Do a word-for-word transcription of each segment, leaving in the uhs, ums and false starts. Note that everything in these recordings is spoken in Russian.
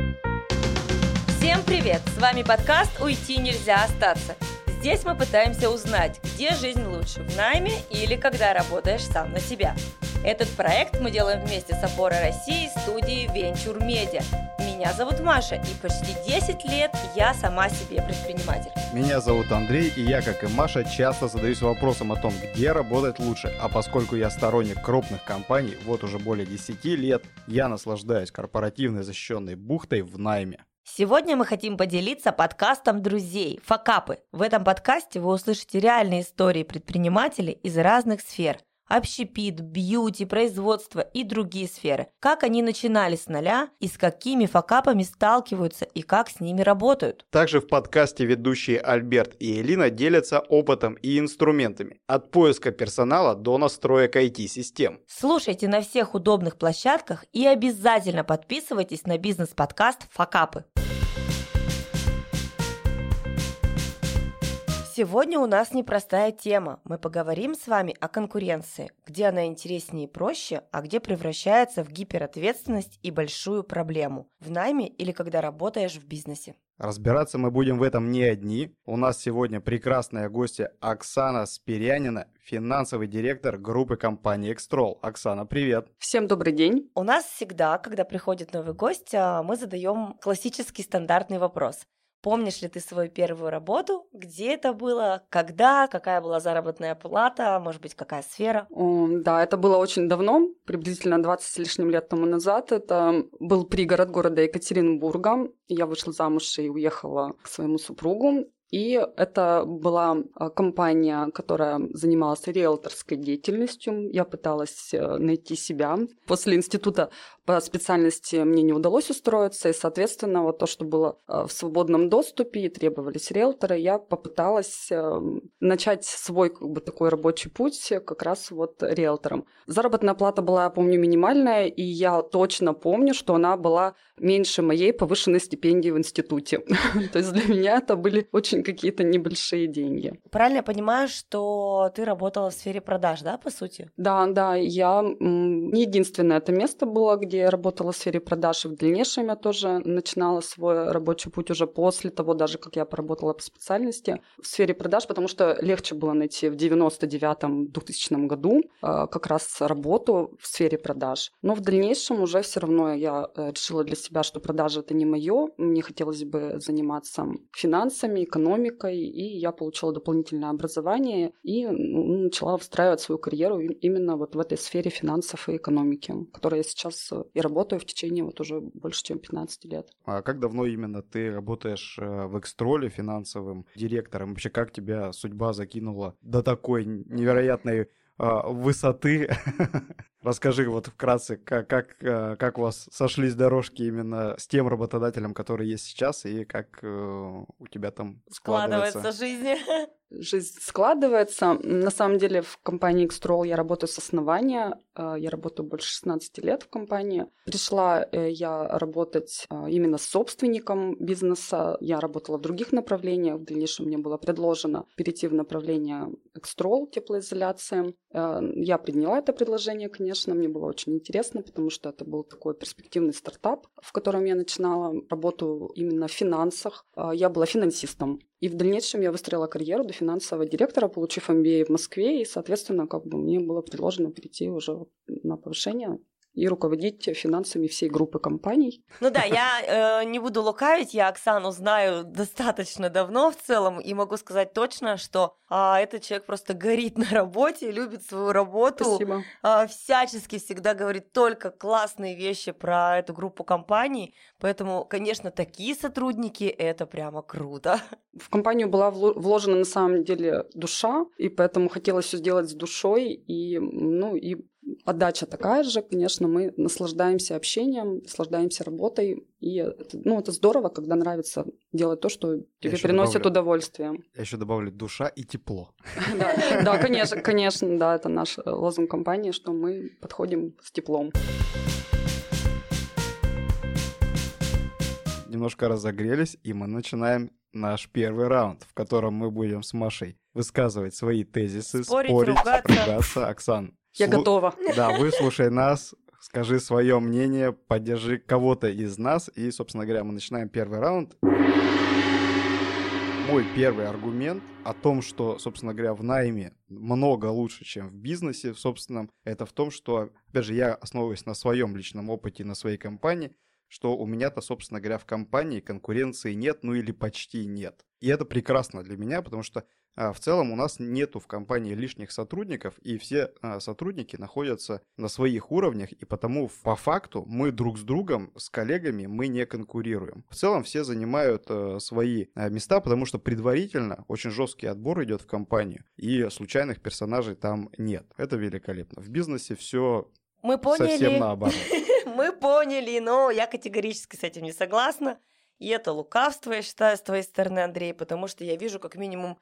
Всем привет! С вами подкаст «Уйти нельзя остаться». Здесь мы пытаемся узнать, где жизнь лучше, в найме или когда работаешь сам на себя. Этот проект мы делаем вместе с «Опорой России» студией Venture Media. Меня зовут Маша, и почти десять лет я сама себе предприниматель. Меня зовут Андрей, и я, как и Маша, часто задаюсь вопросом о том, где работать лучше. А поскольку я сторонник крупных компаний, вот уже более десяти лет, я наслаждаюсь корпоративной защищенной бухтой в найме. Сегодня мы хотим поделиться подкастом друзей «Факапы». В этом подкасте вы услышите реальные истории предпринимателей из разных сфер. Общепит, бьюти, производство и другие сферы. Как они начинали с нуля и с какими факапами сталкиваются и как с ними работают. Также в подкасте ведущие Альберт и Элина делятся опытом и инструментами. От поиска персонала до настроек ай ти-систем. Слушайте на всех удобных площадках и обязательно подписывайтесь на бизнес-подкаст «Факапы». Сегодня у нас непростая тема. Мы поговорим с вами о конкуренции, где она интереснее и проще, а где превращается в гиперответственность и большую проблему в найме или когда работаешь в бизнесе. Разбираться мы будем в этом не одни. У нас сегодня прекрасная гостья Оксана Спирянина, финансовый директор группы компании Экстрол. Оксана, привет! Всем добрый день! У нас всегда, когда приходит новый гость, мы задаем классический стандартный вопрос. Помнишь ли ты свою первую работу? Где это было? Когда? Какая была заработная плата? Может быть, какая сфера? О, да, это было очень давно, приблизительно двадцать с лишним лет тому назад. Это был пригород города Екатеринбурга. Я вышла замуж и уехала к своему супругу. И это была компания, которая занималась риэлторской деятельностью. Я пыталась найти себя. После института по специальности мне не удалось устроиться, и, соответственно, вот то, что было в свободном доступе и требовались риэлторы, я попыталась начать свой как бы такой рабочий путь как раз вот риэлтором. Заработная плата была, я помню, минимальная, и я точно помню, что она была меньше моей повышенной стипендии в институте. То есть для меня это были очень какие-то небольшие деньги. Правильно я понимаю, что ты работала в сфере продаж, да, по сути? Да, да, я не единственное это место было, где я работала в сфере продаж, и в дальнейшем я тоже начинала свой рабочий путь уже после того, даже как я поработала по специальности в сфере продаж, потому что легче было найти в девяносто девятом - двухтысячном году как раз работу в сфере продаж. Но в дальнейшем уже все равно я решила для себя, что продажи это не мое, мне хотелось бы заниматься финансами, экономикой, и я получила дополнительное образование и начала встраивать свою карьеру именно вот в этой сфере финансов и экономики, в которой я сейчас и работаю в течение вот уже больше, чем пятнадцать лет. А как давно именно ты работаешь в Экстроле финансовым директором? Вообще, как тебя судьба закинула до такой невероятной высоты? Расскажи вот вкратце, как, как, как у вас сошлись дорожки именно с тем работодателем, который есть сейчас, и как у тебя там складывается, складывается жизнь. Жизнь складывается. На самом деле в компании Экстрол я работаю с основания. Я работаю больше шестнадцати лет в компании. Пришла я работать именно с собственником бизнеса. Я работала в других направлениях. В дальнейшем мне было предложено перейти в направление Экстрол, теплоизоляции. Я приняла это предложение, конечно. Мне было очень интересно, потому что это был такой перспективный стартап, в котором я начинала работу именно в финансах. Я была финансистом. И в дальнейшем я выстроила карьеру до финансового директора, получив эм би эй в Москве, и, соответственно, как бы мне было предложено перейти уже на повышение и руководить финансами всей группы компаний. Ну да, я э, не буду лукавить, я Оксану знаю достаточно давно в целом, и могу сказать точно, что э, этот человек просто горит на работе, любит свою работу. Спасибо. Э, всячески всегда говорит только классные вещи про эту группу компаний, поэтому, конечно, такие сотрудники – это прямо круто. В компанию была вложена на самом деле душа, и поэтому хотелось все сделать с душой, и, ну, и отдача такая же, конечно, мы наслаждаемся общением, наслаждаемся работой, и ну, это здорово, когда нравится делать то, что тебе приносит добавлю, удовольствие. Я еще добавлю душа и тепло. Да, конечно, конечно, да, это наш лозунг компании, что мы подходим с теплом. Немножко разогрелись, и мы начинаем наш первый раунд, в котором мы будем с Машей высказывать свои тезисы, спорить, спорить, ругаться. ругаться. Оксан, Я слу... готова. Да, выслушай нас, скажи свое мнение, поддержи кого-то из нас. И, собственно говоря, мы начинаем первый раунд. Мой первый аргумент о том, что, собственно говоря, в найме много лучше, чем в бизнесе в собственном, это в том, что, опять же, я основываюсь на своем личном опыте, на своей компании, что у меня-то, собственно говоря, в компании конкуренции нет, ну или почти нет. И это прекрасно для меня, потому что а, в целом у нас нету в компании лишних сотрудников, и все а, сотрудники находятся на своих уровнях, и потому по факту мы друг с другом, с коллегами, мы не конкурируем. В целом все занимают а, свои а, места, потому что предварительно очень жесткий отбор идет в компанию, и случайных персонажей там нет. Это великолепно. В бизнесе все Мы поняли. совсем наоборот. Мы поняли, но я категорически с этим не согласна. И это лукавство, я считаю, с твоей стороны, Андрей, потому что я вижу как минимум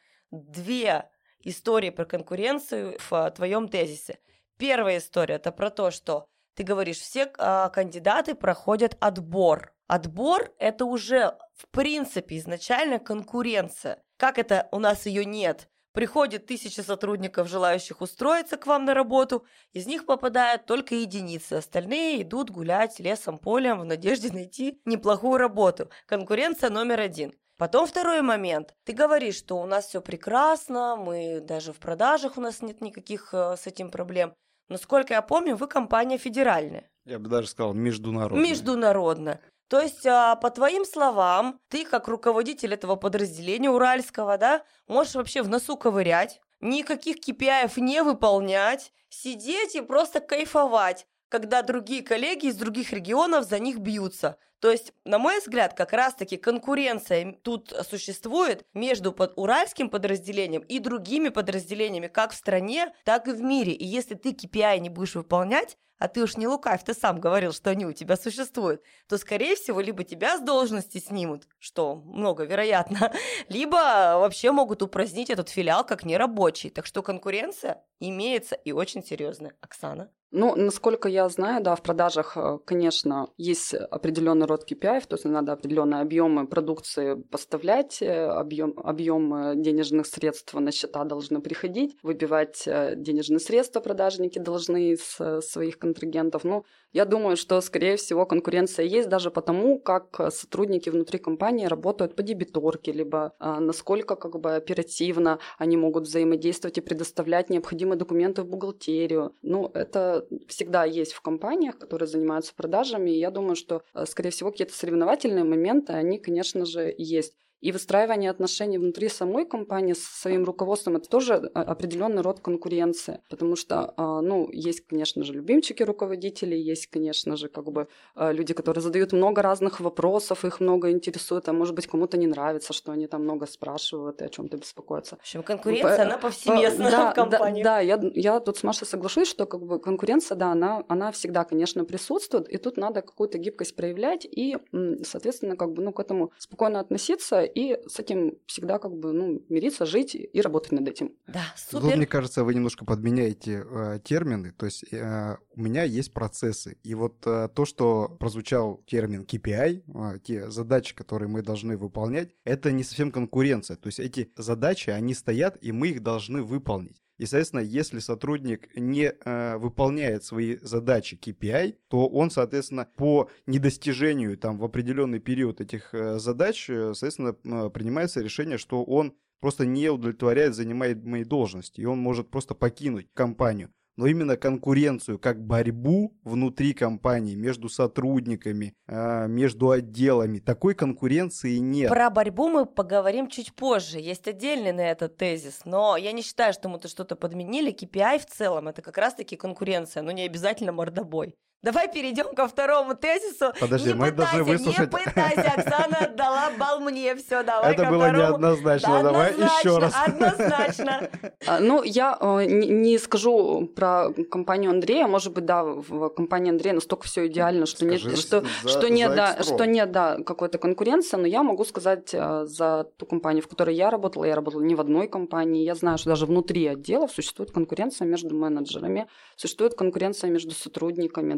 две истории про конкуренцию в твоем тезисе. Первая история – это про то, что ты говоришь, все а, кандидаты проходят отбор. Отбор – это уже, в принципе, изначально конкуренция. Как это у нас ее нет? Приходит тысяча сотрудников, желающих устроиться к вам на работу, из них попадают только единицы, остальные идут гулять лесом, полем в надежде найти неплохую работу. Конкуренция номер один. Потом второй момент. Ты говоришь, что у нас все прекрасно, мы даже в продажах у нас нет никаких э, с этим проблем. Но, сколько я помню, вы компания федеральная. Я бы даже сказал международная. Международная. То есть, по твоим словам, ты, как руководитель этого подразделения уральского, да, можешь вообще в носу ковырять, никаких кей пи ай-ев не выполнять, сидеть и просто кайфовать, когда другие коллеги из других регионов за них бьются. То есть, на мой взгляд, как раз-таки конкуренция тут существует между уральским подразделением и другими подразделениями как в стране, так и в мире. И если ты кей пи ай не будешь выполнять, а ты уж не лукавь, ты сам говорил, что они у тебя существуют, то, скорее всего, либо тебя с должности снимут, что много вероятно, либо вообще могут упразднить этот филиал как нерабочий. Так что конкуренция имеется и очень серьезная. Оксана? Ну, насколько я знаю, да, в продажах, конечно, есть определенный род кей пи ай, то есть надо определенные объемы продукции поставлять, объем, объем денежных средств на счета должны приходить, выбивать денежные средства продажники должны из своих контрагентов. Ну, я думаю, что, скорее всего, конкуренция есть даже потому, как сотрудники внутри компании работают по дебиторке, либо а, насколько как бы оперативно они могут взаимодействовать и предоставлять необходимые документы в бухгалтерию. Ну, это всегда есть в компаниях, которые занимаются продажами, и я думаю, что, скорее всего, какие-то соревновательные моменты, они, конечно же, есть. И выстраивание отношений внутри самой компании с своим руководством – это тоже определенный род конкуренции, потому что, ну, есть, конечно же, любимчики руководителей, есть, конечно же, как бы люди, которые задают много разных вопросов, их много интересует, а может быть, кому-то не нравится, что они там много спрашивают и о чем-то беспокоятся. В общем, конкуренция, по, она повсеместна да, в компании. Да, да я, я тут с Машей соглашусь, что как бы конкуренция, да, она, она всегда, конечно, присутствует, и тут надо какую-то гибкость проявлять и, соответственно, как бы, ну, к этому спокойно относиться, и с этим всегда как бы, ну, мириться, жить и работать над этим. Да, супер. Тут, мне кажется, вы немножко подменяете э, термины. То есть э, у меня есть процессы. И вот э, то, что прозвучал термин кей пи ай, э, те задачи, которые мы должны выполнять, это не совсем конкуренция. То есть эти задачи, они стоят, и мы их должны выполнить. И, соответственно, если сотрудник не э, выполняет свои задачи кей пи ай, то он, соответственно, по недостижению там, в определенный период этих э, задач, э, соответственно, э, принимается решение, что он просто не удовлетворяет занимаемые должности, и он может просто покинуть компанию. Но именно конкуренцию, как борьбу внутри компании, между сотрудниками, между отделами, такой конкуренции нет. Про борьбу мы поговорим чуть позже. Есть отдельный на этот тезис. Но я не считаю, что мы-то что-то подменили. кей пи ай в целом – это как раз-таки конкуренция, но не обязательно мордобой. Давай перейдем ко второму тезису. Подожди, не мы пытайся, должны выслушать... Не пытайся, Оксана отдала бал мне, все, давай Это ко было второму. неоднозначно, Да, давай однозначно, еще раз. Однозначно. Ну, я не скажу про компанию Андрея, может быть, да, в компании Андрея настолько все идеально, что нет, что, что нет, да, что нет, да, какой-то конкуренции, но я могу сказать за ту компанию, в которой я работала, я работала не в одной компании, я знаю, что даже внутри отделов существует конкуренция между менеджерами, существует конкуренция между сотрудниками.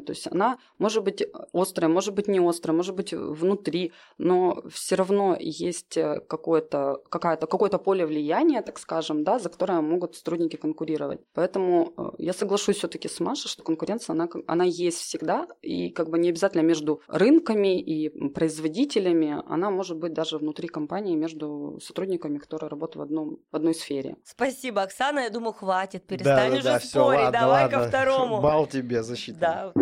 То есть она может быть острая, может быть не острая, может быть внутри, но все равно есть какое-то, какое-то, какое-то поле влияния, так скажем, да, за которое могут сотрудники конкурировать. Поэтому я соглашусь все-таки с Машей, что конкуренция, она, она есть всегда, и как бы не обязательно между рынками и производителями, она может быть даже внутри компании между сотрудниками, которые работают в, одном, в одной сфере. Спасибо, Оксана, я думаю, хватит, перестань да, уже да, спорить, всё, ладно, давай ладно. ко второму. Бал тебе засчитан. Да.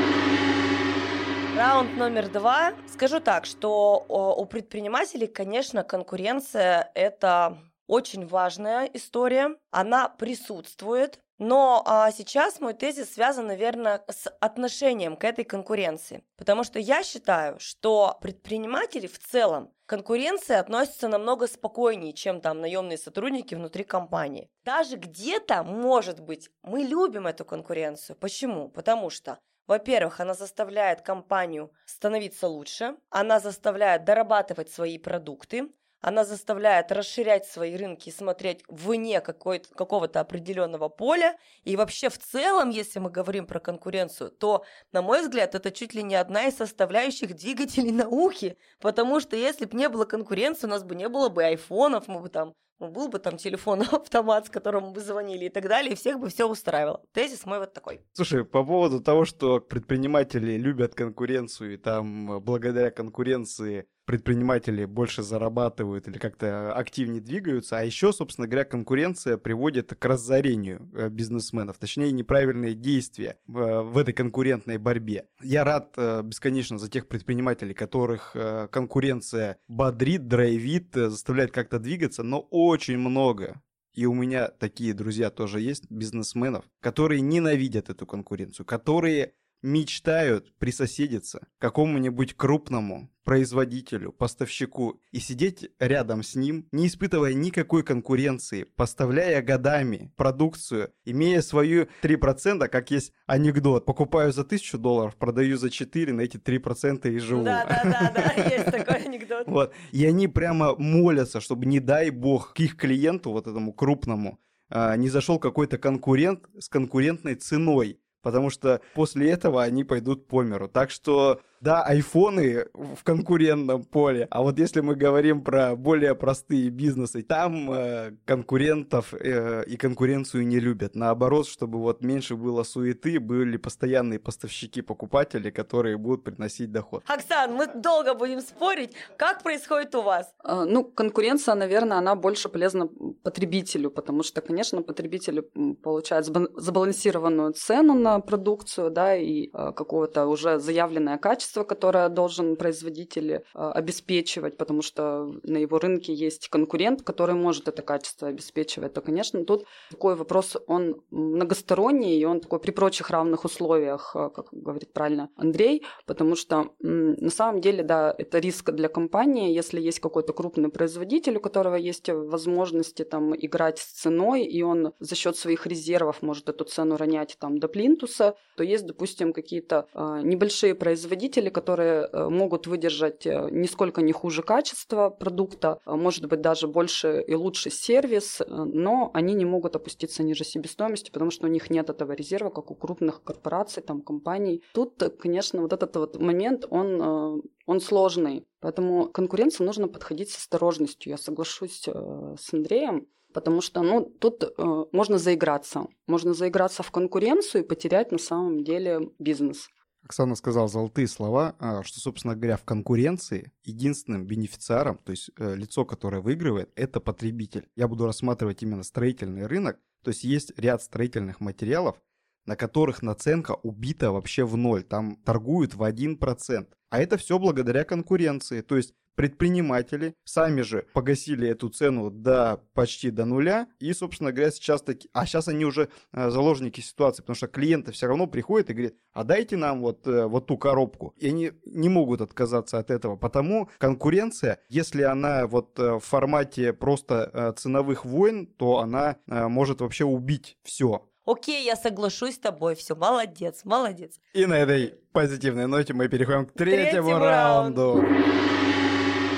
Раунд номер два. Скажу так, что у предпринимателей, конечно, конкуренция – это очень важная история, она присутствует, но а, сейчас мой тезис связан, наверное, с отношением к этой конкуренции, потому что я считаю, что предприниматели в целом к конкуренции относятся намного спокойнее, чем там наемные сотрудники внутри компании. Даже где-то, может быть, мы любим эту конкуренцию. Почему? Потому что во-первых, она заставляет компанию становиться лучше, она заставляет дорабатывать свои продукты, она заставляет расширять свои рынки и смотреть вне какой-то, какого-то определенного поля. И вообще в целом, если мы говорим про конкуренцию, то, на мой взгляд, это чуть ли не одна из составляющих двигателей науки, потому что если бы не было конкуренции, у нас бы не было бы айфонов, мы бы там был бы там телефон-автомат, с которым мы бы звонили и так далее, и всех бы все устраивало. Тезис мой вот такой. Слушай, по поводу того, что предприниматели любят конкуренцию, и там благодаря конкуренции предприниматели больше зарабатывают или как-то активнее двигаются, а еще, собственно говоря, конкуренция приводит к разорению бизнесменов, точнее, неправильные действия в этой конкурентной борьбе. Я рад бесконечно за тех предпринимателей, которых конкуренция бодрит, драйвит, заставляет как-то двигаться, но очень много. И у меня такие друзья тоже есть, бизнесменов, которые ненавидят эту конкуренцию, которые мечтают присоседиться к какому-нибудь крупному производителю, поставщику и сидеть рядом с ним, не испытывая никакой конкуренции, поставляя годами продукцию, имея свою три процента, как есть анекдот. Покупаю за тысячу долларов, продаю за четыре, на эти три процента и живу. Да-да-да, есть такой анекдот. Вот. И они прямо молятся, чтобы, не дай бог, к их клиенту, вот этому крупному, не зашел какой-то конкурент с конкурентной ценой. Потому что после этого они пойдут по миру. Так что, да, айфоны в конкурентном поле. А вот если мы говорим про более простые бизнесы, там э, конкурентов э, и конкуренцию не любят. Наоборот, чтобы вот меньше было суеты, были постоянные поставщики-покупатели, которые будут приносить доход. Оксан, мы долго будем спорить. Как происходит у вас? А, ну, конкуренция, наверное, она больше полезна потребителю, потому что, конечно, потребитель получает забалансированную цену на продукцию, да, и э, какое-то уже заявленное качество, которое должен производитель э, обеспечивать, потому что на его рынке есть конкурент, который может это качество обеспечивать, то, конечно, тут такой вопрос, он многосторонний, и он такой при прочих равных условиях, э, как говорит правильно Андрей, потому что м, на самом деле, да, это риск для компании, если есть какой-то крупный производитель, у которого есть возможности там играть с ценой, и он за счет своих резервов может эту цену ронять там до плинтуса, то есть, допустим, какие-то э, небольшие производители, которые э, могут выдержать э, нисколько не хуже качества продукта, э, может быть, даже больше и лучше сервис, э, но они не могут опуститься ниже себестоимости, потому что у них нет этого резерва, как у крупных корпораций, там, компаний. Тут, конечно, вот этот вот момент, он, э, он сложный, поэтому к конкуренции нужно подходить с осторожностью. Я соглашусь э, с Андреем. Потому что, ну, тут э, можно заиграться. Можно заиграться в конкуренцию и потерять на самом деле бизнес. Оксана сказала золотые слова, что, собственно говоря, в конкуренции единственным бенефициаром, то есть э, лицо, которое выигрывает, это потребитель. Я буду рассматривать именно строительный рынок. То есть есть ряд строительных материалов, на которых наценка убита вообще в ноль. Там торгуют в один процент. А это все благодаря конкуренции. То есть предприниматели сами же погасили эту цену до почти до нуля, и, собственно говоря, сейчас таки, а сейчас они уже э, заложники ситуации, потому что клиенты все равно приходят и говорят, а дайте нам вот, э, вот ту коробку, и они не могут отказаться от этого, потому конкуренция, если она вот э, в формате просто э, ценовых войн, то она э, может вообще убить все. Окей, я соглашусь с тобой, все, молодец, молодец. И на этой позитивной ноте мы переходим к третьему, Третьему раунду.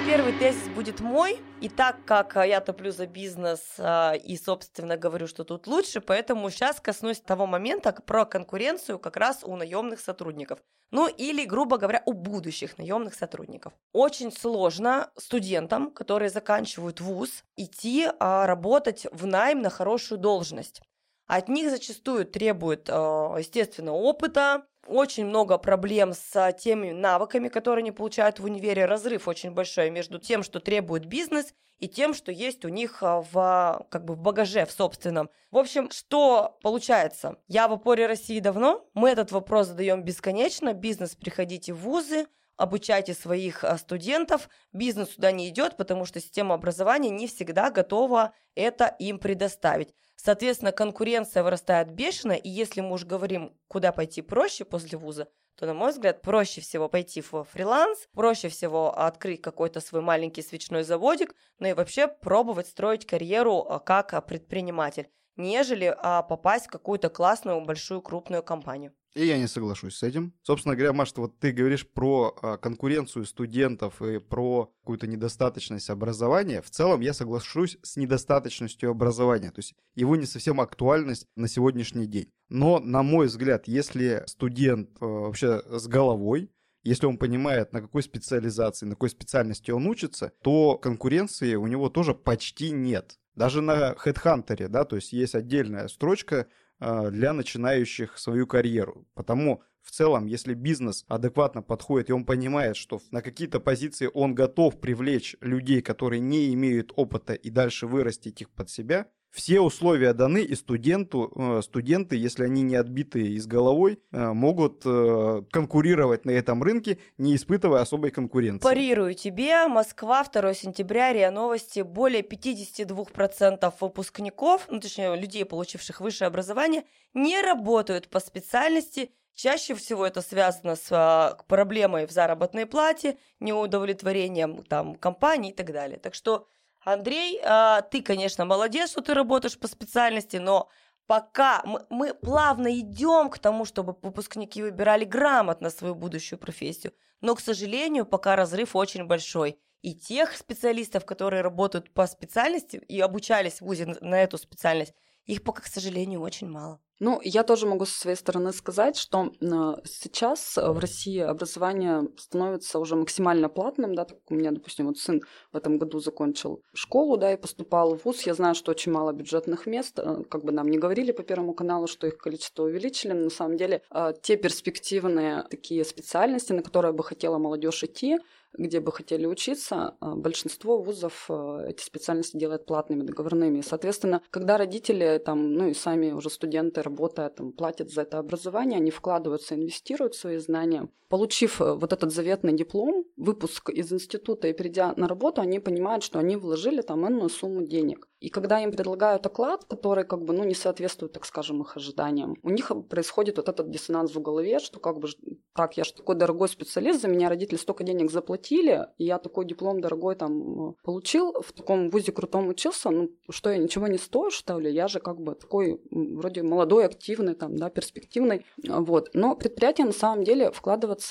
первый тезис будет мой. И так как я топлю за бизнес и, собственно, говорю, что тут лучше, поэтому сейчас коснусь того момента про конкуренцию как раз у наемных сотрудников. Ну или, грубо говоря, у будущих наемных сотрудников. Очень сложно студентам, которые заканчивают вуз, идти работать в найм на хорошую должность. От них зачастую требуют, естественно, опыта, очень много проблем с теми навыками, которые они получают в универе. Разрыв очень большой между тем, что требует бизнес, и тем, что есть у них в, как бы в багаже, в собственном. В общем, что получается? Я в опоре России давно, мы этот вопрос задаем бесконечно. Бизнес, приходите в вузы, обучайте своих студентов. Бизнес сюда не идет, потому что система образования не всегда готова это им предоставить. Соответственно, конкуренция вырастает бешено, и если мы уж говорим, куда пойти проще после вуза, то, на мой взгляд, проще всего пойти в фриланс, проще всего открыть какой-то свой маленький свечной заводик, ну и вообще пробовать строить карьеру как предприниматель, нежели попасть в какую-то классную, большую, крупную компанию. И я не соглашусь с этим. Собственно говоря, Маша, вот ты говоришь про конкуренцию студентов и про какую-то недостаточность образования. В целом я соглашусь с недостаточностью образования, то есть его не совсем актуальность на сегодняшний день. Но, на мой взгляд, если студент вообще с головой, если он понимает, на какой специализации, на какой специальности он учится, то конкуренции у него тоже почти нет. Даже на HeadHunter, да, то есть есть отдельная строчка для начинающих свою карьеру. Потому в целом, если бизнес адекватно подходит, и он понимает, что на какие-то позиции он готов привлечь людей, которые не имеют опыта, и дальше вырастить их под себя, все условия даны, и студенту, студенты, если они не отбитые из головой, могут конкурировать на этом рынке, не испытывая особой конкуренции. Парирую тебе. Москва, второго сентября, РИА Новости. Более пятьдесят два процента выпускников, ну, точнее, людей, получивших высшее образование, не работают по специальности. Чаще всего это связано с проблемой в заработной плате, неудовлетворением там, компаний и так далее. Так что, Андрей, ты, конечно, молодец, что ты работаешь по специальности, но пока мы, мы плавно идем к тому, чтобы выпускники выбирали грамотно свою будущую профессию, но, к сожалению, пока разрыв очень большой. И тех специалистов, которые работают по специальности и обучались в вузе на эту специальность, их пока, к сожалению, очень мало. Ну, я тоже могу со своей стороны сказать, что сейчас в России образование становится уже максимально платным, да, так у меня, допустим, вот сын в этом году закончил школу, да, и поступал в вуз. Я знаю, что очень мало бюджетных мест, как бы нам не говорили по Первому каналу, что их количество увеличили, но на самом деле те перспективные такие специальности, на которые бы хотела молодежь идти, где бы хотели учиться, большинство вузов эти специальности делают платными, договорными. И, соответственно, когда родители, там, ну и сами уже студенты, работая, там, платят за это образование, они вкладываются, инвестируют в свои знания. Получив вот этот заветный диплом, выпуск из института и придя на работу, они понимают, что они вложили там энную сумму денег. И когда им предлагают оклад, который как бы, ну, не соответствует, так скажем, их ожиданиям, у них происходит вот этот диссонанс в голове, что как бы так, я же такой дорогой специалист, за меня родители столько денег заплатили, и я такой диплом дорогой там получил, в таком вузе крутом учился, ну что, я ничего не стою, что ли? Я же как бы такой вроде молодой, активный, там, да, перспективный, вот. Но предприятие на самом деле вкладываться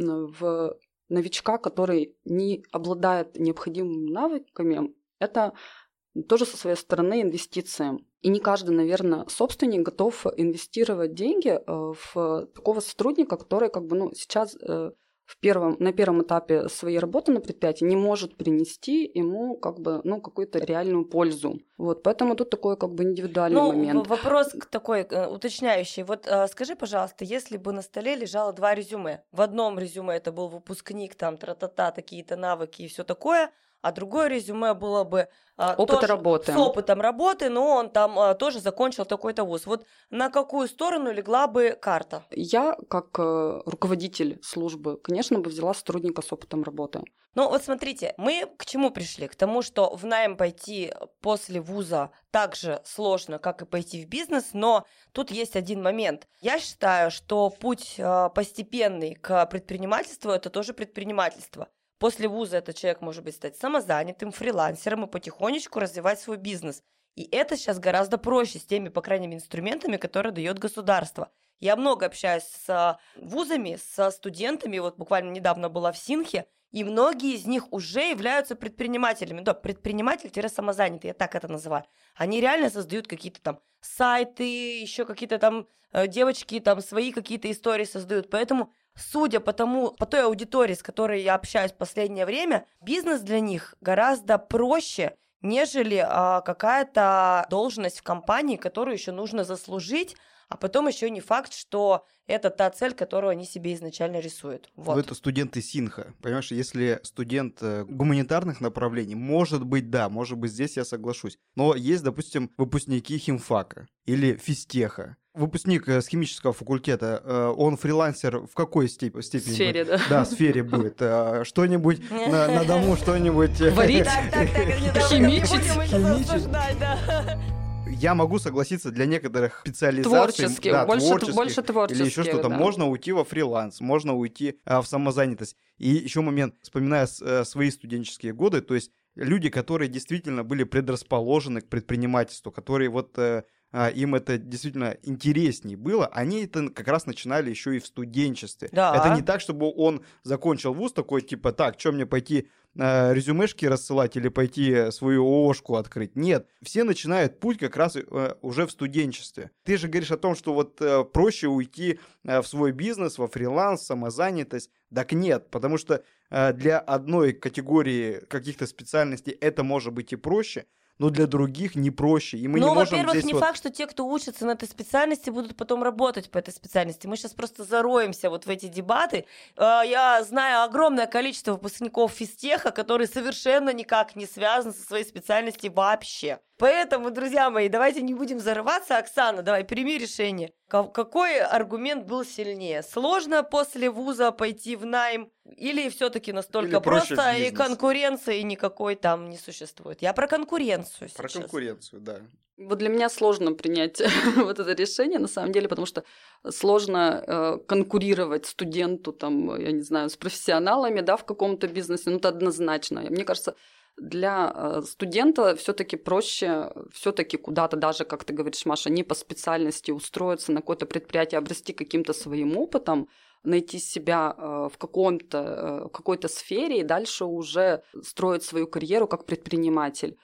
в новичка, который не обладает необходимыми навыками, это тоже со своей стороны инвестиция. И не каждый, наверное, собственник готов инвестировать деньги в такого сотрудника, который как бы, ну, сейчас в первом, на первом этапе своей работы на предприятии не может принести ему как бы, ну, какую-то реальную пользу. Вот, поэтому тут такой как бы индивидуальный ну, момент. Вопрос такой уточняющий. Вот э, скажи, пожалуйста, если бы на столе лежало два резюме. В одном резюме это был выпускник, там, тра-та-та, такие-то навыки и все такое, а другое резюме было бы а, опыт тоже работы. С опытом работы, но он там а, тоже закончил такой-то вуз. Вот на какую сторону легла бы карта? Я, как э, руководитель службы, конечно, бы взяла сотрудника с опытом работы. Ну вот смотрите, мы к чему пришли? К тому, что в найм пойти после вуза так же сложно, как и пойти в бизнес, но тут есть один момент. Я считаю, что путь а, постепенный к предпринимательству – это тоже предпринимательство. После вуза этот человек может быть стать самозанятым, фрилансером и потихонечку развивать свой бизнес. И это сейчас гораздо проще с теми, по крайней мере, инструментами, которые дает государство. Я много общаюсь с вузами, со студентами, вот буквально недавно была в Синхе, И многие из них уже являются предпринимателями. Да, предприниматель-самозанятый, я так это называю. Они реально создают какие-то там сайты, еще какие-то там э, девочки там свои какие-то истории создают. Поэтому, судя по тому, по той аудитории, с которой я общаюсь в последнее время, бизнес для них гораздо проще, нежели а, какая-то должность в компании, которую еще нужно заслужить, а потом еще не факт, что это та цель, которую они себе изначально рисуют. Вот. Ну, это студенты Синха. Понимаешь, если студент гуманитарных направлений, может быть, да, может быть, здесь я соглашусь. Но есть, допустим, выпускники химфака или физтеха. Выпускник с химического факультета, он фрилансер в какой степени? В сфере, будет? да. Да, в сфере будет. Что-нибудь на, на дому, что-нибудь... Варить? Химичить? Я могу согласиться для некоторых специализаций. Творческих, да, больше, творческих, больше творческих. Или еще что-то. Да. Можно уйти во фриланс, можно уйти а, в самозанятость. И еще момент, вспоминая а, свои студенческие годы, то есть люди, которые действительно были предрасположены к предпринимательству, которые вот... А, им это действительно интересней было, они это как раз начинали еще и в студенчестве. Да. Это не так, чтобы он закончил вуз такой, типа, так, что мне пойти э, резюмешки рассылать или пойти свою ООшку открыть? Нет, все начинают путь как раз э, уже в студенчестве. Ты же говоришь о том, что вот э, проще уйти э, в свой бизнес, во фриланс, самозанятость. Так нет, потому что э, для одной категории каких-то специальностей это может быть и проще, но для других не проще. И мы ну, не можем во-первых, здесь не вот... факт, что те, кто учится на этой специальности, будут потом работать по этой специальности. Мы сейчас просто зароемся вот в эти дебаты. Я знаю огромное количество выпускников физтеха, которые совершенно никак не связаны со своей специальностью вообще. Поэтому, друзья мои, давайте не будем зарываться. Оксана, давай, прими решение. Какой аргумент был сильнее? Сложно после вуза пойти в найм или все-таки настолько или просто и конкуренции никакой там не существует? Я про конкуренцию сейчас. Про конкуренцию, да. Вот для меня сложно принять вот это решение, на самом деле, потому что сложно э, конкурировать студенту, там, я не знаю, с профессионалами, да, в каком-то бизнесе, ну, это однозначно. Мне кажется, для студента все-таки проще все-таки куда-то, даже, как ты говоришь, Маша, не по специальности устроиться на какое-то предприятие, обрасти каким-то своим опытом, найти себя в, каком-то, в какой-то сфере и дальше уже строить свою карьеру как предприниматель,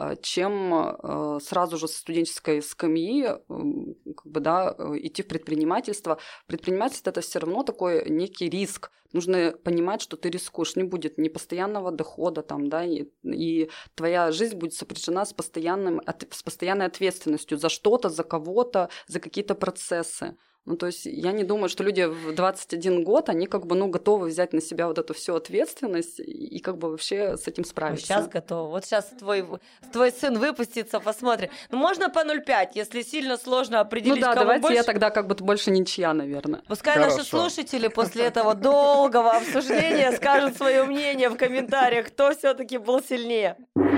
чем сразу же со студенческой скамьи как бы, да, идти в предпринимательство. Предпринимательство – это все равно такой некий риск. Нужно понимать, что ты рискуешь. Не будет ни постоянного дохода, там, да, и, и твоя жизнь будет сопряжена с, постоянным, с постоянной ответственностью за что-то, за кого-то, за какие-то процессы. Ну, то есть я не думаю, что люди в двадцать один год, они как бы, ну, готовы взять на себя вот эту всю ответственность и как бы вообще с этим справиться. Сейчас готовы. Вот сейчас твой, твой сын выпустится, посмотрим. Ну, можно по ноль пять, если сильно сложно определить, ну, да, кого давайте больше. я тогда как бы больше ничья, наверное. Пускай Хорошо. Наши слушатели после этого долгого обсуждения скажут свое мнение в комментариях, кто все-таки был сильнее.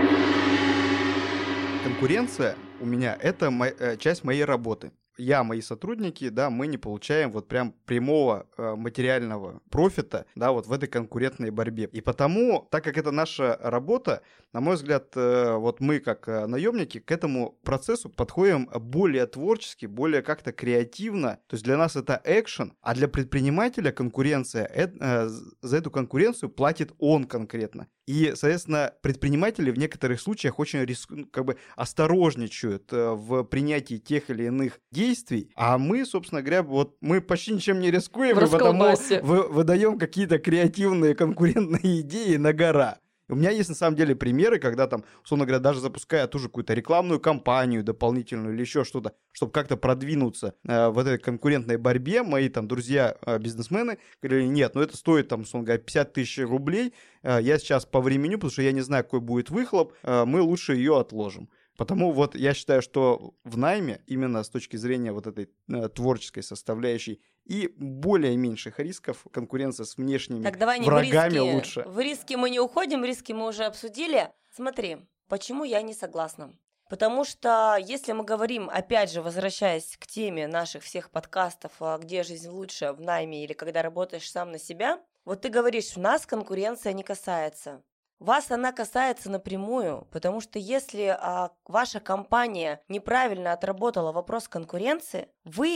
Конкуренция у меня – это мо- часть моей работы. Я, мои сотрудники, да, мы не получаем вот прям прямого э, материального профита, да, вот в этой конкурентной борьбе. И потому, так как это наша работа, на мой взгляд, э, вот мы как э, наемники к этому процессу подходим более творчески, более как-то креативно. То есть для нас это экшен, а для предпринимателя конкуренция, э, э, за эту конкуренцию платит он конкретно. И, соответственно, предприниматели в некоторых случаях очень риск... как бы осторожничают в принятии тех или иных действий, а мы, собственно говоря, вот мы почти ничем не рискуем, и потому вы, выдаем какие-то креативные конкурентные идеи на гора. У меня есть, на самом деле, примеры, когда там, условно говоря, даже запуская ту же какую-то рекламную кампанию дополнительную или еще что-то, чтобы как-то продвинуться э, в этой конкурентной борьбе, мои там друзья-бизнесмены говорили, нет, ну это стоит там, условно говоря, пятьдесят тысяч рублей, э, я сейчас повременю, потому что я не знаю, какой будет выхлоп, э, мы лучше ее отложим. Потому вот я считаю, что в найме именно с точки зрения вот этой э, творческой составляющей и более меньших рисков конкуренция с внешними так, давай не врагами в риски. лучше. В риски мы не уходим, в риски мы уже обсудили. Смотри, почему я не согласна? Потому что если мы говорим, опять же, возвращаясь к теме наших всех подкастов, где жизнь лучше, в найме или когда работаешь сам на себя, вот ты говоришь, нас конкуренция не касается. Вас она касается напрямую, потому что если а, ваша компания неправильно отработала вопрос конкуренции, вы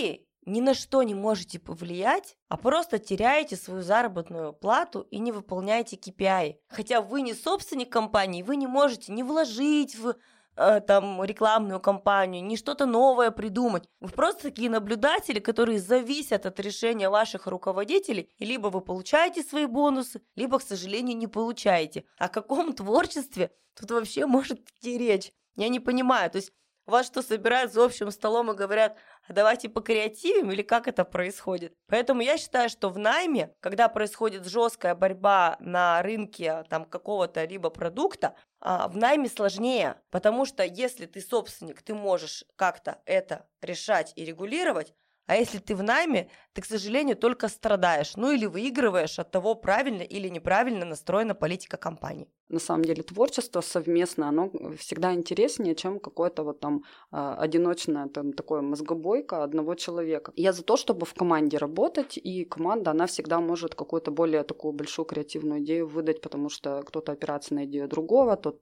ни на что не можете повлиять, а просто теряете свою заработную плату и не выполняете кей пи ай. Хотя вы не собственник компании, вы не можете не вложить в э, там, рекламную кампанию, ни что-то новое придумать. Вы просто такие наблюдатели, которые зависят от решения ваших руководителей, и либо вы получаете свои бонусы, либо, к сожалению, не получаете. О каком творчестве тут вообще может идти речь? Я не понимаю. То есть вас что, собирают за общим столом и говорят, а давайте покреативим, или как это происходит? Поэтому я считаю, что в найме, когда происходит жесткая борьба на рынке там, какого-то либо продукта, в найме сложнее, потому что если ты собственник, ты можешь как-то это решать и регулировать, а если ты в найме, ты, к сожалению, только страдаешь, ну или выигрываешь от того, правильно или неправильно настроена политика компании. На самом деле творчество совместно, оно всегда интереснее, чем какое-то вот там одиночное там, такое мозгобойка одного человека. Я за то, чтобы в команде работать, и команда, она всегда может какую-то более такую большую креативную идею выдать, потому что кто-то опирается на идею другого, тот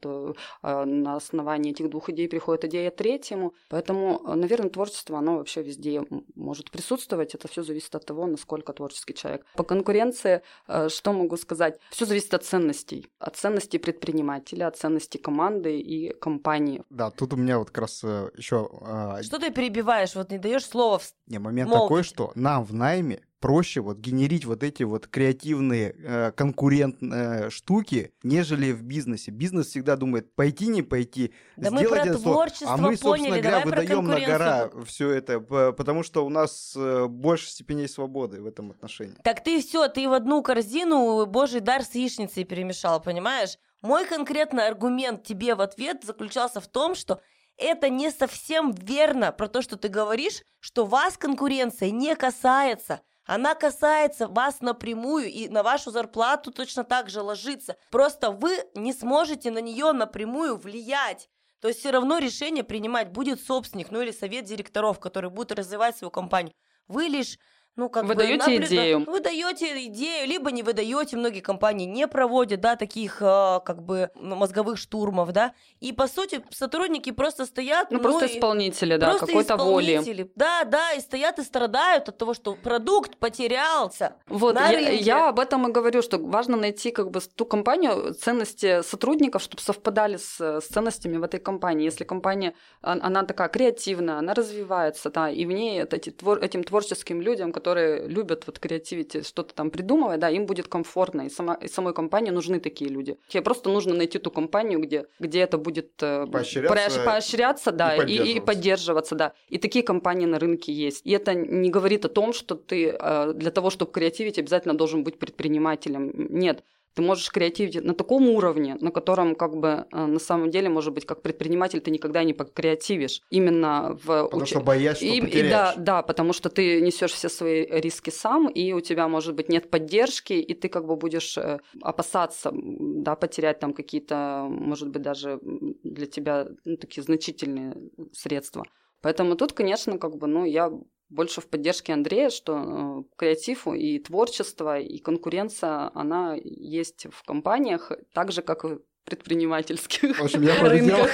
на основании этих двух идей приходит идея третьему. Поэтому, наверное, творчество, оно вообще везде может присутствовать. Это все зависит от того, насколько творческий человек. По конкуренции, что могу сказать? Все зависит от ценностей. От ценностей предпринимателя, от ценностей команды и компании. Да, тут у меня вот как раз еще... Что ты перебиваешь? Вот не даешь слова в... Не, момент молча. Такой, что нам в найме проще вот генерить вот эти вот креативные э, конкурентные штуки, нежели в бизнесе. Бизнес всегда думает, пойти, не пойти, да сделать мы про это, творчество а мы, собственно поняли, говоря, давай про выдаем на гора конкуренцию. все это, потому что у нас э, больше степеней свободы в этом отношении. Так ты все, ты в одну корзину божий дар с яичницей перемешал, понимаешь? Мой конкретный аргумент тебе в ответ заключался в том, что это не совсем верно про то, что ты говоришь, что вас конкуренция не касается. Она касается вас напрямую и на вашу зарплату точно так же ложится. Просто вы не сможете на нее напрямую влиять. То есть все равно решение принимать будет собственник, ну или совет директоров, который будет развивать свою компанию. Вы лишь... Ну, как выдаете бы, наблюда... идею. Вы даете идею, либо не выдаете. Многие компании не проводят, да, таких э, как бы мозговых штурмов, да. И по сути сотрудники просто стоят. Ну, ну просто и... исполнители, да, просто какой-то исполнители. воли. Да, да, и стоят и страдают от того, что продукт потерялся. Вот, на я, рынке. я об этом и говорю, что важно найти как бы ту компанию, ценности сотрудников, чтобы совпадали с, с ценностями в этой компании. Если компания, она такая креативная, она развивается, да, и в ней эти, этим творческим людям, которые любят вот креативить, что-то там придумывать, да, им будет комфортно, и, сама, и самой компании нужны такие люди. Тебе просто нужно найти ту компанию, где, где это будет поощряться, поощряться да, и, и, и поддерживаться, да. И такие компании на рынке есть. И это не говорит о том, что ты для того, чтобы креативить, обязательно должен быть предпринимателем. Нет. Ты можешь креативить на таком уровне, на котором как бы на самом деле, может быть, как предприниматель ты никогда не покреативишь. Именно в... Потому уч... что боясь, что и, потеряешь. И да, да, потому что ты несешь все свои риски сам, и у тебя, может быть, нет поддержки, и ты как бы будешь опасаться, да, потерять там какие-то, может быть, даже для тебя ну, такие значительные средства. Поэтому тут, конечно, как бы, ну, я... больше в поддержке Андрея, что э, креатив и творчество, и конкуренция, она есть в компаниях, так же, как и в предпринимательских в общем, я рынках.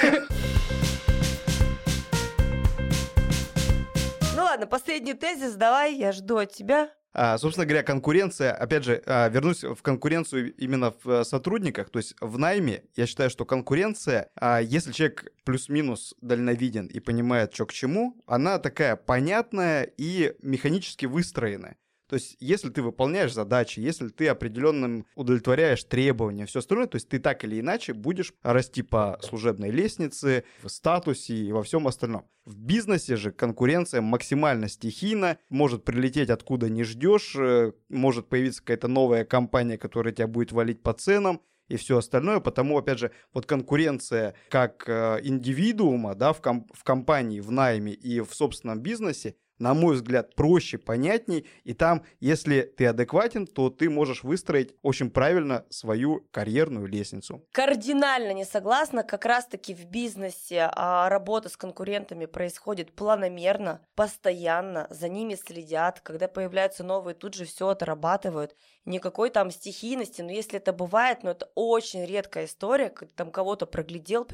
Ну ладно, последний тезис, давай, я жду от тебя. А, собственно говоря, конкуренция, опять же, а, вернусь в конкуренцию именно в сотрудниках, то есть в найме, я считаю, что конкуренция, а, если человек плюс-минус дальновиден и понимает, что к чему, она такая понятная и механически выстроенная. То есть, если ты выполняешь задачи, если ты определенным удовлетворяешь требования, все остальное, то есть ты так или иначе будешь расти по служебной лестнице, в статусе и во всем остальном. В бизнесе же конкуренция максимально стихийна, может прилететь откуда не ждешь, может появиться какая-то новая компания, которая тебя будет валить по ценам и все остальное. Потому, опять же, вот конкуренция как индивидуума, да, в, ком- в компании, в найме и в собственном бизнесе, на мой взгляд, проще, понятней, и там, если ты адекватен, то ты можешь выстроить очень правильно свою карьерную лестницу. Кардинально не согласна, как раз-таки в бизнесе а, работа с конкурентами происходит планомерно, постоянно, за ними следят, когда появляются новые, тут же все отрабатывают, никакой там стихийности, но если это бывает, но это очень редкая история, когда там кого-то проглядел прям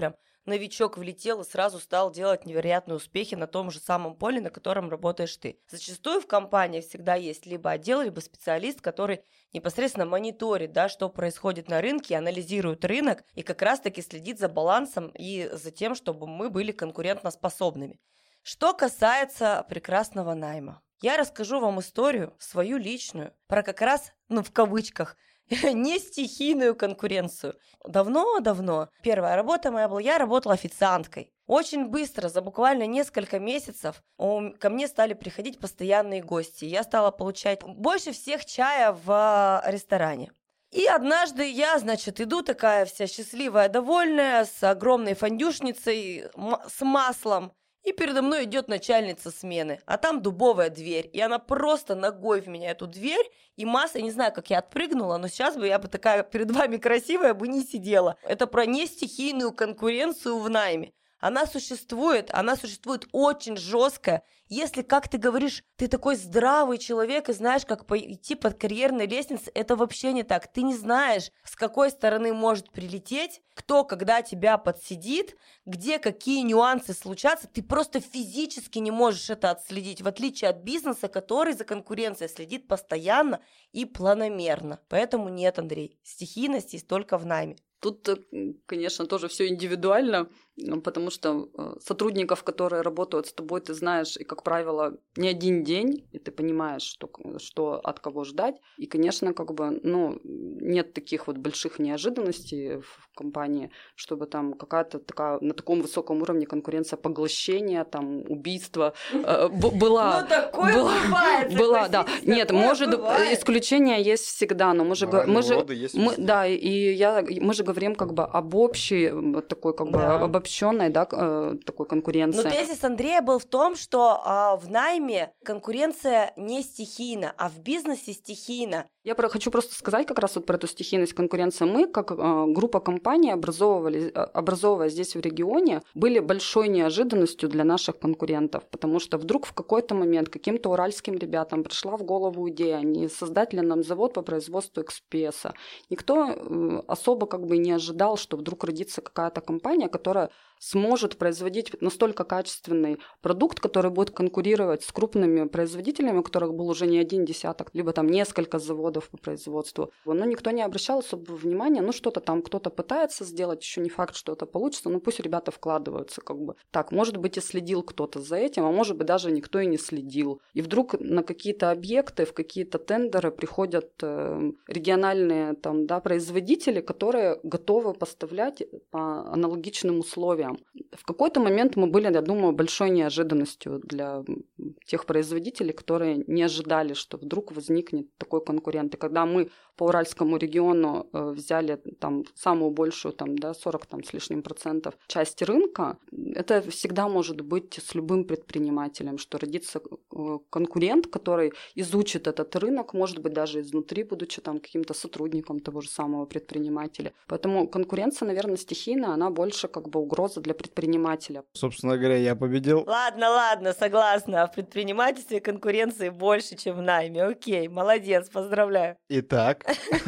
новичок влетел и сразу стал делать невероятные успехи на том же самом поле, на котором работаешь ты. Зачастую в компании всегда есть либо отдел, либо специалист, который непосредственно мониторит, да, что происходит на рынке, анализирует рынок и как раз-таки следит за балансом и за тем, чтобы мы были конкурентоспособными. Что касается прекрасного найма. Я расскажу вам историю, свою личную, про как раз, ну, в кавычках, не стихийную конкуренцию. Давно-давно первая работа моя была, я работала официанткой. Очень быстро, за буквально несколько месяцев, ко мне стали приходить постоянные гости. Я стала получать больше всех чая в ресторане. И однажды я, значит, иду такая вся счастливая, довольная, с огромной фондюшницей, с маслом. И передо мной идет начальница смены, а там дубовая дверь. И она просто ногой в меня эту дверь, и масса, я не знаю, как я отпрыгнула, но сейчас бы я бы такая перед вами красивая бы не сидела. Это про нестихийную конкуренцию в найме. Она существует, она существует очень жестко. Если, как ты говоришь, ты такой здравый человек и знаешь, как пойти по карьерной лестнице, это вообще не так. Ты не знаешь, с какой стороны может прилететь, кто когда тебя подсидит, где какие нюансы случатся. Ты просто физически не можешь это отследить, в отличие от бизнеса, который за конкуренцией следит постоянно и планомерно. Поэтому нет, Андрей, стихийности есть только в найме. Тут, конечно, тоже все индивидуально, потому что сотрудников, которые работают с тобой, ты знаешь, и, как правило, не один день, и ты понимаешь, что, что от кого ждать. И, конечно, как бы, ну, нет таких вот больших неожиданностей в компании, чтобы там какая-то такая на таком высоком уровне конкуренция, поглощения, там, убийства э, была. Ну, такое бывает. Была, да. Нет, может, исключения есть всегда, но мы же... Мы же да, и я, мы же говорим как бы об общей, такой как бы да. обобщенной, да, такой конкуренции. Но тезис Андрея был в том, что а, в найме конкуренция не стихийна, а в бизнесе стихийна. Я про, хочу просто сказать как раз вот про эту стихийность конкуренции. Мы, как э, группа компаний, образовывали, образовывая здесь в регионе, были большой неожиданностью для наших конкурентов, потому что вдруг в какой-то момент каким-то уральским ребятам пришла в голову идея, они создали нам завод по производству экспресса. Никто э, особо как бы не ожидал, что вдруг родится какая-то компания, которая сможет производить настолько качественный продукт, который будет конкурировать с крупными производителями, у которых был уже не один десяток, либо там несколько заводов по производству. Но никто не обращал особого внимания, ну что-то там кто-то пытается сделать, еще не факт, что это получится, ну пусть ребята вкладываются как бы. Так, может быть и следил кто-то за этим, а может быть даже никто и не следил. И вдруг на какие-то объекты, в какие-то тендеры приходят э, региональные там, да, производители, которые готовы поставлять по аналогичным условиям. В какой-то момент мы были, я думаю, большой неожиданностью для тех производителей, которые не ожидали, что вдруг возникнет такой конкурент. И когда мы по Уральскому региону взяли там самую большую, там, да, сорок там, с лишним процентов части рынка, это всегда может быть с любым предпринимателем, что родится конкурент, который изучит этот рынок, может быть, даже изнутри, будучи там каким-то сотрудником того же самого предпринимателя. Поэтому конкуренция, наверное, стихийная, она больше как бы угроза для предпринимателя. Собственно говоря, я победил. Ладно, ладно, согласна. В предпринимательстве конкуренции больше, чем в найме. Окей, молодец, поздравляю. Итак,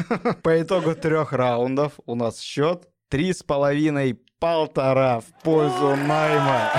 по итогу трех раундов у нас счет три с половиной полтора в пользу найма.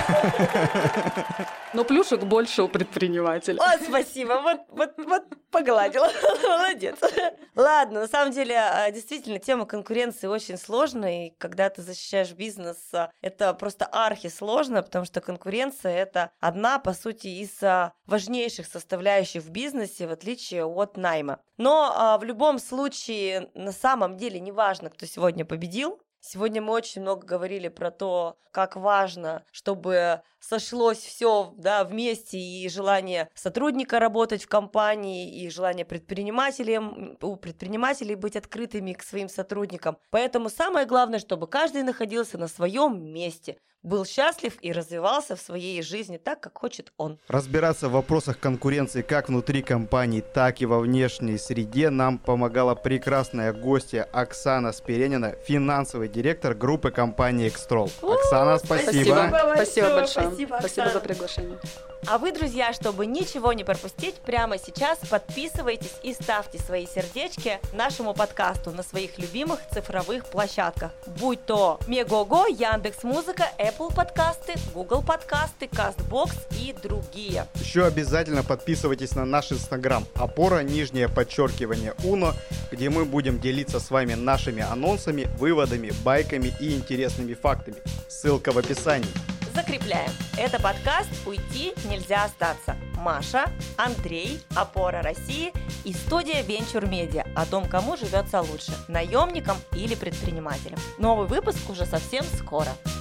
Но плюшек больше у предпринимателя. О, спасибо, вот, вот, вот погладила. Молодец. Ладно, на самом деле, действительно, тема конкуренции очень сложная, и когда ты защищаешь бизнес, это просто архисложно, потому что конкуренция – это одна, по сути, из важнейших составляющих в бизнесе, в отличие от найма. Но в любом случае, на самом деле, неважно, кто сегодня победил. Сегодня мы очень много говорили про то, как важно, чтобы сошлось все, да, вместе, и желание сотрудника работать в компании, и желание предпринимателей, у предпринимателей быть открытыми к своим сотрудникам. Поэтому самое главное, чтобы каждый находился на своем месте. был счастлив и развивался в своей жизни так, как хочет он. Разбираться в вопросах конкуренции как внутри компании, так и во внешней среде нам помогала прекрасная гостья Оксана Спиренина, финансовый директор группы компании Экстрол. Оксана, спасибо. Спасибо, спасибо большое. Спасибо, Спасибо за приглашение. А вы, друзья, чтобы ничего не пропустить, прямо сейчас подписывайтесь и ставьте свои сердечки нашему подкасту на своих любимых цифровых площадках. Будь то Мегого, Яндекс.Музыка, Apple подкасты, Google подкасты, Castbox и другие. Еще обязательно подписывайтесь на наш инстаграм опора, нижнее подчеркивание Уно, где мы будем делиться с вами нашими анонсами, выводами, байками и интересными фактами. Ссылка в описании. Закрепляем. Это подкаст «Уйти нельзя остаться». Маша, Андрей, Опора России и студия Venture Media о том, кому живется лучше – наемникам или предпринимателям. Новый выпуск уже совсем скоро.